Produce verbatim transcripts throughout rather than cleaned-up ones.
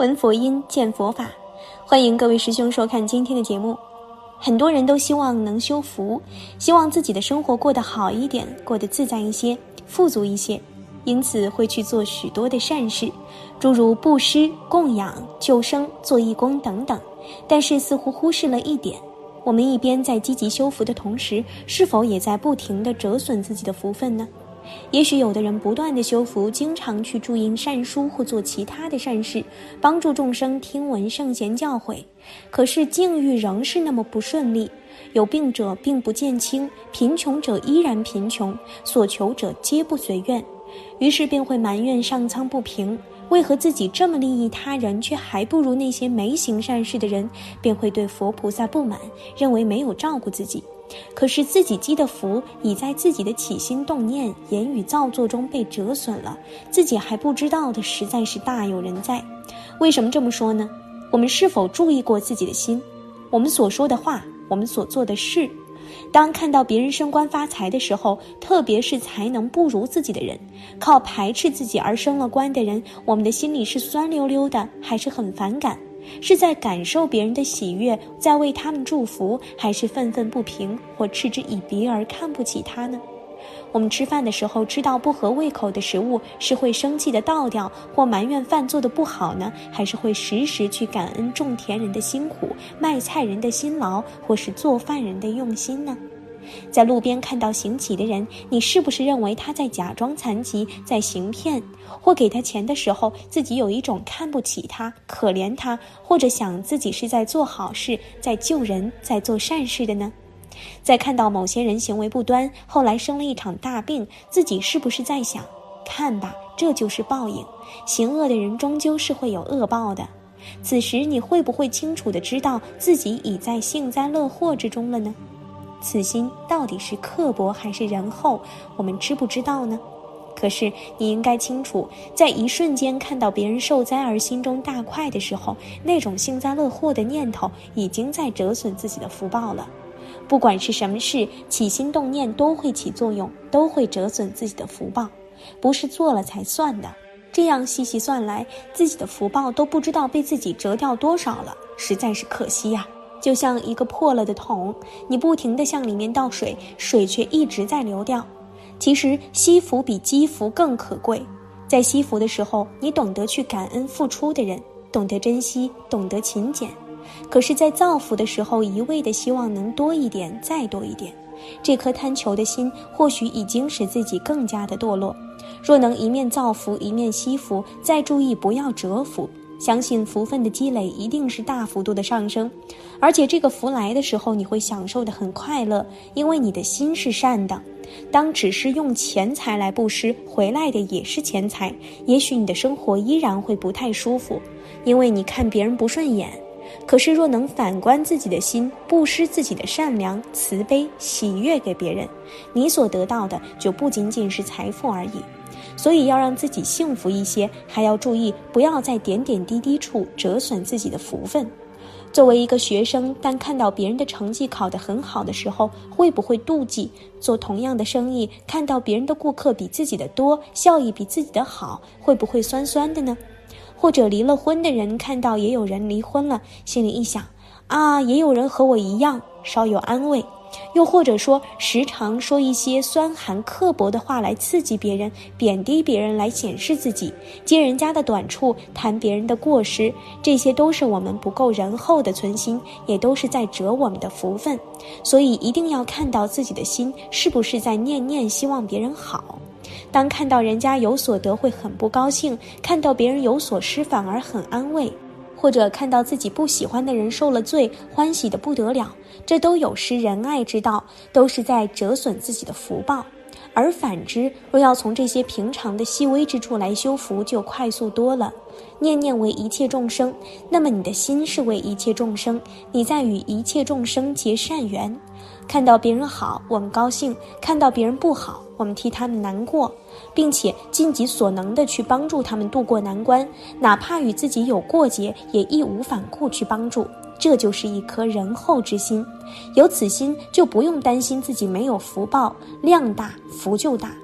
闻佛音，见佛法。欢迎各位师兄收看今天的节目。很多人都希望能修福，希望自己的生活过得好一点，过得自在一些，富足一些，因此会去做许多的善事，诸如布施、供养、救生、做义工等等。但是似乎忽视了一点，我们一边在积极修福的同时，是否也在不停地折损自己的福分呢？也许有的人不断地修福，经常去注印善书或做其他的善事，帮助众生听闻圣贤教诲，可是境遇仍是那么不顺利，有病者病不见轻，贫穷者依然贫穷，所求者皆不随愿，于是便会埋怨上苍不平，为何自己这么利益他人，却还不如那些没行善事的人，便会对佛菩萨不满，认为没有照顾自己。可是自己积的福已在自己的起心动念、言语造作中被折损了，自己还不知道的实在是大有人在。为什么这么说呢？我们是否注意过自己的心？我们所说的话，我们所做的事。当看到别人升官发财的时候，特别是才能不如自己的人，靠排斥自己而升了官的人，我们的心里是酸溜溜的，还是很反感？是在感受别人的喜悦，在为他们祝福，还是愤愤不平或嗤之以鼻而看不起他呢？我们吃饭的时候吃到不合胃口的食物，是会生气的倒掉，或埋怨饭做得不好呢，还是会时时去感恩种田人的辛苦、卖菜人的辛劳，或是做饭人的用心呢？在路边看到行乞的人，你是不是认为他在假装残疾，在行骗？或给他钱的时候，自己有一种看不起他、可怜他，或者想自己是在做好事，在救人，在做善事的呢？在看到某些人行为不端，后来生了一场大病，自己是不是在想，看吧，这就是报应，行恶的人终究是会有恶报的。此时你会不会清楚地知道自己已在幸灾乐祸之中了呢？此心到底是刻薄还是仁厚，我们知不知道呢？可是你应该清楚，在一瞬间看到别人受灾而心中大快的时候，那种幸灾乐祸的念头已经在折损自己的福报了。不管是什么事，起心动念都会起作用，都会折损自己的福报，不是做了才算的。这样细细算来，自己的福报都不知道被自己折掉多少了，实在是可惜呀。就像一个破了的桶，你不停地向里面倒水，水却一直在流掉。其实惜福比积福更可贵，在惜福的时候，你懂得去感恩付出的人，懂得珍惜，懂得勤俭。可是在造福的时候，一味的希望能多一点，再多一点，这颗贪求的心或许已经使自己更加的堕落。若能一面造福，一面惜福，再注意不要折福，相信福分的积累一定是大幅度的上升，而且这个福来的时候，你会享受得很快乐，因为你的心是善的。当只是用钱财来布施，回来的也是钱财，也许你的生活依然会不太舒服，因为你看别人不顺眼。可是若能反观自己的心，布施自己的善良、慈悲、喜悦给别人，你所得到的就不仅仅是财富而已。所以要让自己幸福一些，还要注意不要在点点滴滴处折损自己的福分。作为一个学生，当看到别人的成绩考得很好的时候，会不会妒忌？做同样的生意，看到别人的顾客比自己的多，效益比自己的好，会不会酸酸的呢？或者离了婚的人，看到也有人离婚了，心里一想，啊，也有人和我一样，稍有安慰。又或者说，时常说一些酸寒刻薄的话来刺激别人，贬低别人来显示自己，揭人家的短处，谈别人的过失，这些都是我们不够仁厚的存心，也都是在折我们的福分。所以一定要看到自己的心是不是在念念希望别人好。当看到人家有所得会很不高兴，看到别人有所失反而很安慰，或者看到自己不喜欢的人受了罪，欢喜得不得了，这都有失仁爱之道，都是在折损自己的福报。而反之，若要从这些平常的细微之处来修福，就快速多了。念念为一切众生，那么你的心是为一切众生，你在与一切众生结善缘。看到别人好，我们高兴；看到别人不好，我们替他们难过，并且尽己所能地去帮助他们渡过难关，哪怕与自己有过节，也义无反顾去帮助。这就是一颗仁厚之心，有此心就不用担心自己没有福报，量大福就大。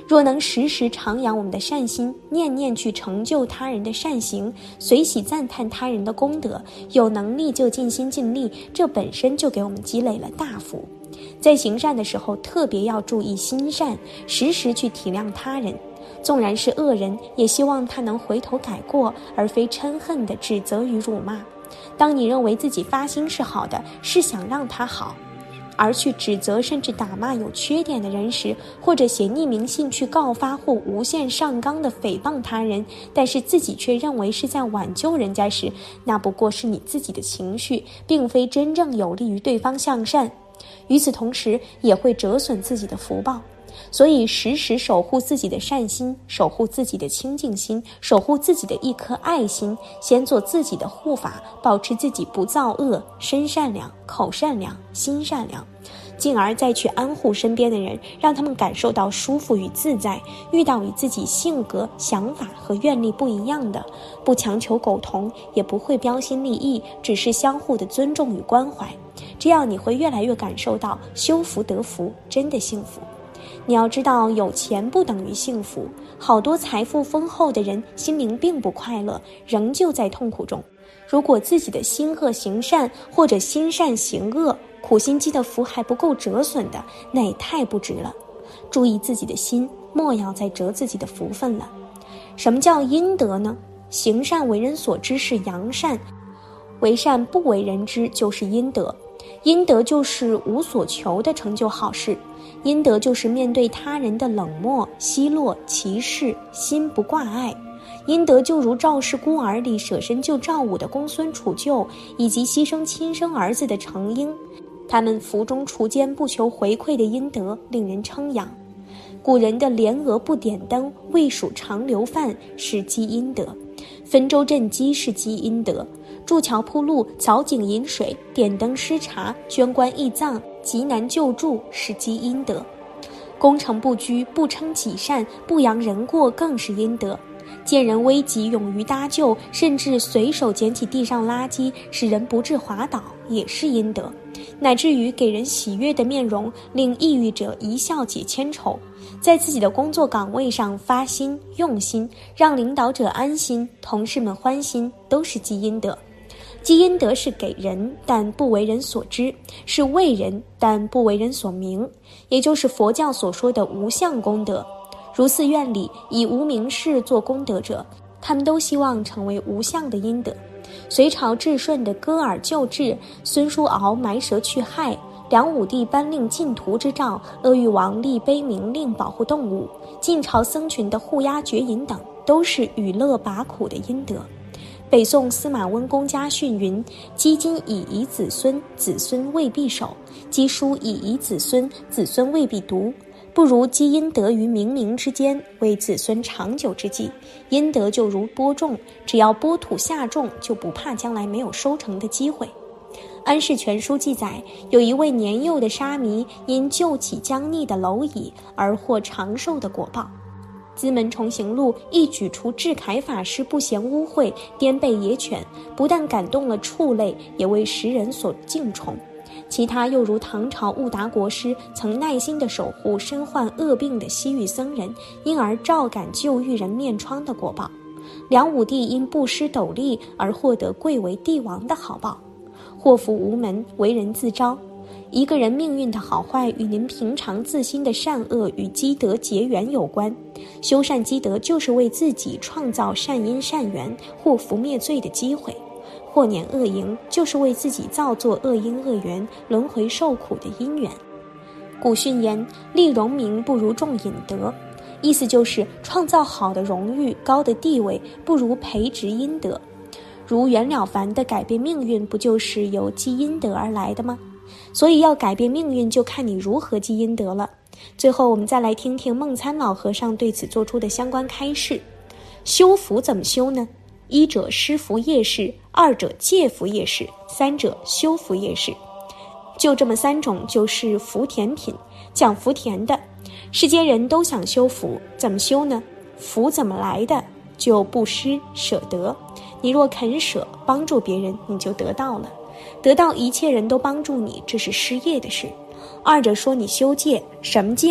若能时时常养我们的善心，念念去成就他人的善行，随喜赞叹他人的功德，有能力就尽心尽力，这本身就给我们积累了大福。在行善的时候，特别要注意心善，时时去体谅他人，纵然是恶人，也希望他能回头改过，而非嗔恨地指责与辱骂。当你认为自己发心是好的，是想让他好，而去指责甚至打骂有缺点的人时，或者写匿名信去告发或无限上纲的诽谤他人，但是自己却认为是在挽救人家时，那不过是你自己的情绪，并非真正有利于对方向善，与此同时也会折损自己的福报。所以时时守护自己的善心，守护自己的清净心，守护自己的一颗爱心，先做自己的护法，保持自己不造恶，身善良，口善良，心善良，进而再去安护身边的人，让他们感受到舒服与自在。遇到与自己性格、想法和愿力不一样的，不强求苟同，也不会标新立异，只是相互的尊重与关怀。这样你会越来越感受到修福得福，真的幸福。你要知道，有钱不等于幸福，好多财富丰厚的人心灵并不快乐，仍旧在痛苦中。如果自己的心恶行善，或者心善行恶，苦心积的福还不够折损的，那也太不值了。注意自己的心，莫要再折自己的福分了。什么叫阴德呢？行善为人所知是阳善，为善不为人知就是阴德。阴德就是无所求的成就好事，阴德就是面对他人的冷漠、奚落、歧视，心不挂碍。阴德就如赵氏孤儿里舍身救赵武的公孙杵臼，以及牺牲亲生儿子的程婴，他们福中锄奸不求回馈的阴德令人称扬。古人的莲娥不点灯，魏蜀长流饭是积阴德，分州赈饥是积阴德，筑桥铺路，凿井引水，点灯施茶，捐棺义葬，急难救助是积阴德。攻城不居，不称己善，不扬人过更是阴德。见人危急勇于搭救，甚至随手捡起地上垃圾，使人不致滑倒，也是阴德。乃至于给人喜悦的面容，令抑郁者一笑解千愁，在自己的工作岗位上发心用心，让领导者安心，同事们欢心，都是积阴德。积阴德是给人但不为人所知，是为人但不为人所明，也就是佛教所说的无相功德。如寺院里以无名氏做功德者，他们都希望成为无相的阴德。隋朝至顺的割耳救治，孙叔敖埋蛇去害，梁武帝颁令禁屠之诏，阿育王立碑明令保护动物，晋朝僧群的护鸦绝饮等，都是与乐拔苦的阴德。北宋司马温公家训云：积金以遗子孙，子孙未必守；积书以遗子孙，子孙未必读。不如积阴德于冥冥之间，为子孙长久之计。阴德就如播种，只要播土下种，就不怕将来没有收成的机会。安世全书记载，有一位年幼的沙弥因救起将溺的蝼蚁而获长寿的果报。资门重行录一举除智凯法师不嫌污秽，颠背野犬，不但感动了畜类，也为时人所敬崇。其他又如唐朝悟达国师曾耐心地守护身患恶病的西域僧人，因而照感救愈人面疮的果报。梁武帝因布施斗笠而获得贵为帝王的好报。祸福无门，为人自招。一个人命运的好坏与您平常自心的善恶与积德结缘有关。修善积德就是为自己创造善因善缘，祸福灭罪的机会。祸念恶迎就是为自己造作恶因恶缘，轮回受苦的因缘。古训言：立荣名不如种引德，意思就是创造好的荣誉、高的地位，不如培植阴德。如袁了凡的改变命运，不就是由积阴德而来的吗？所以要改变命运，就看你如何积阴德了。最后我们再来听听梦参老和尚对此做出的相关开示。修福怎么修呢？一者施福业事，二者戒福业事，三者修福业事。就这么三种就是福甜品，讲福甜的。世间人都想修福，怎么修呢？福怎么来的？就不施舍得。你若肯舍，帮助别人，你就得到了。得到一切人都帮助你，这是失业的事。二者说你修戒，什么戒呢？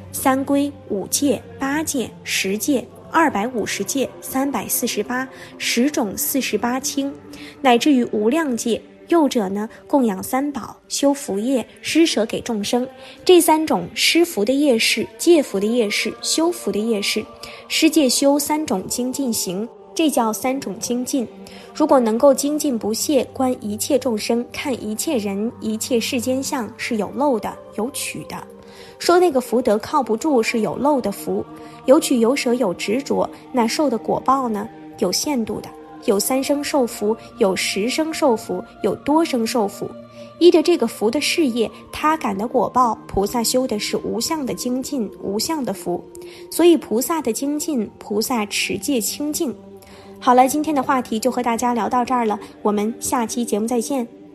三归、五戒、八戒、十戒、二百五十戒、三百四十八、十种四十八轻，乃至于无量戒。又者呢，供养三宝，修福业，施舍给众生。这三种施福的业事、戒福的业事、修福的业事，施戒修三种精进行，这叫三种精进。如果能够精进不懈，观一切众生，看一切人，一切世间相，是有漏的，有取的。说那个福德靠不住，是有漏的福，有取有舍有执着，那受的果报呢，有限度的。有三生受福，有十生受福，有多生受福。依着这个福的事业，他感的果报，菩萨修的是无相的精进，无相的福。所以菩萨的精进，菩萨持戒清净。好了，今天的话题就和大家聊到这儿了，我们下期节目再见。